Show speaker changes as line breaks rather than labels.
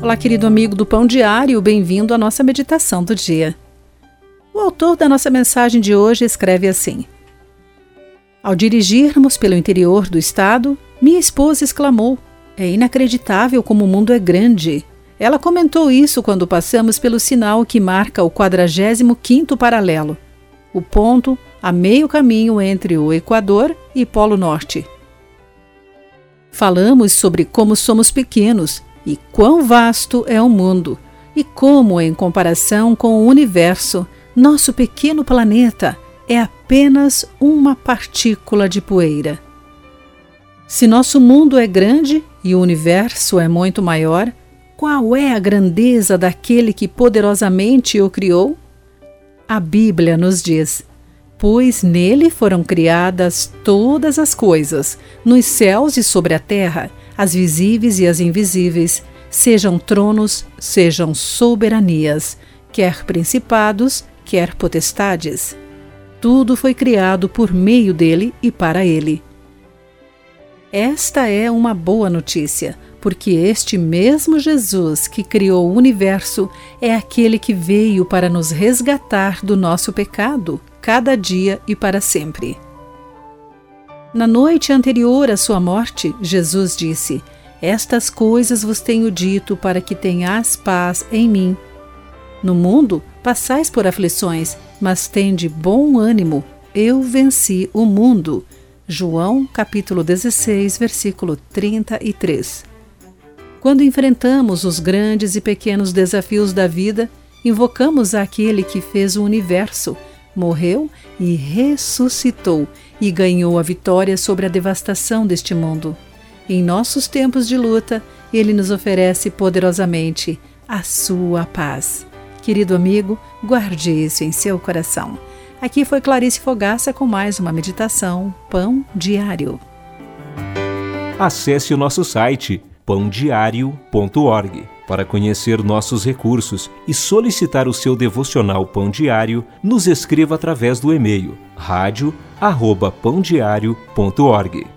Olá, querido amigo do Pão Diário, bem-vindo à nossa meditação do dia. O autor da nossa mensagem de hoje escreve assim: Ao dirigirmos pelo interior do estado, minha esposa exclamou: "É inacreditável como o mundo é grande." Ela comentou isso quando passamos pelo sinal que marca o 45º paralelo, o ponto a meio caminho entre o Equador e Polo Norte. Falamos sobre como somos pequenos e quão vasto é o mundo, e como, em comparação com o universo, nosso pequeno planeta é apenas uma partícula de poeira. Se nosso mundo é grande e o universo é muito maior, qual é a grandeza daquele que poderosamente o criou? A Bíblia nos diz: pois nele foram criadas todas as coisas, nos céus e sobre a terra, as visíveis e as invisíveis, sejam tronos, sejam soberanias, quer principados, quer potestades. Tudo foi criado por meio dele e para ele. Esta é uma boa notícia, porque este mesmo Jesus que criou o universo é aquele que veio para nos resgatar do nosso pecado, cada dia e para sempre. Na noite anterior à sua morte, Jesus disse: "Estas coisas vos tenho dito para que tenhais paz em mim. No mundo passais por aflições, mas tende bom ânimo, eu venci o mundo." João, capítulo 16, versículo 33. Quando enfrentamos os grandes e pequenos desafios da vida, invocamos aquele que fez o universo, morreu e ressuscitou e ganhou a vitória sobre a devastação deste mundo. Em nossos tempos de luta, ele nos oferece poderosamente a sua paz. Querido amigo, guarde isso em seu coração. Aqui foi Clarice Fogaça com mais uma meditação Pão Diário.
Acesse o nosso site pãodiario.org para conhecer nossos recursos e solicitar o seu devocional Pão Diário. Nos escreva através do e-mail radio@pandiario.org.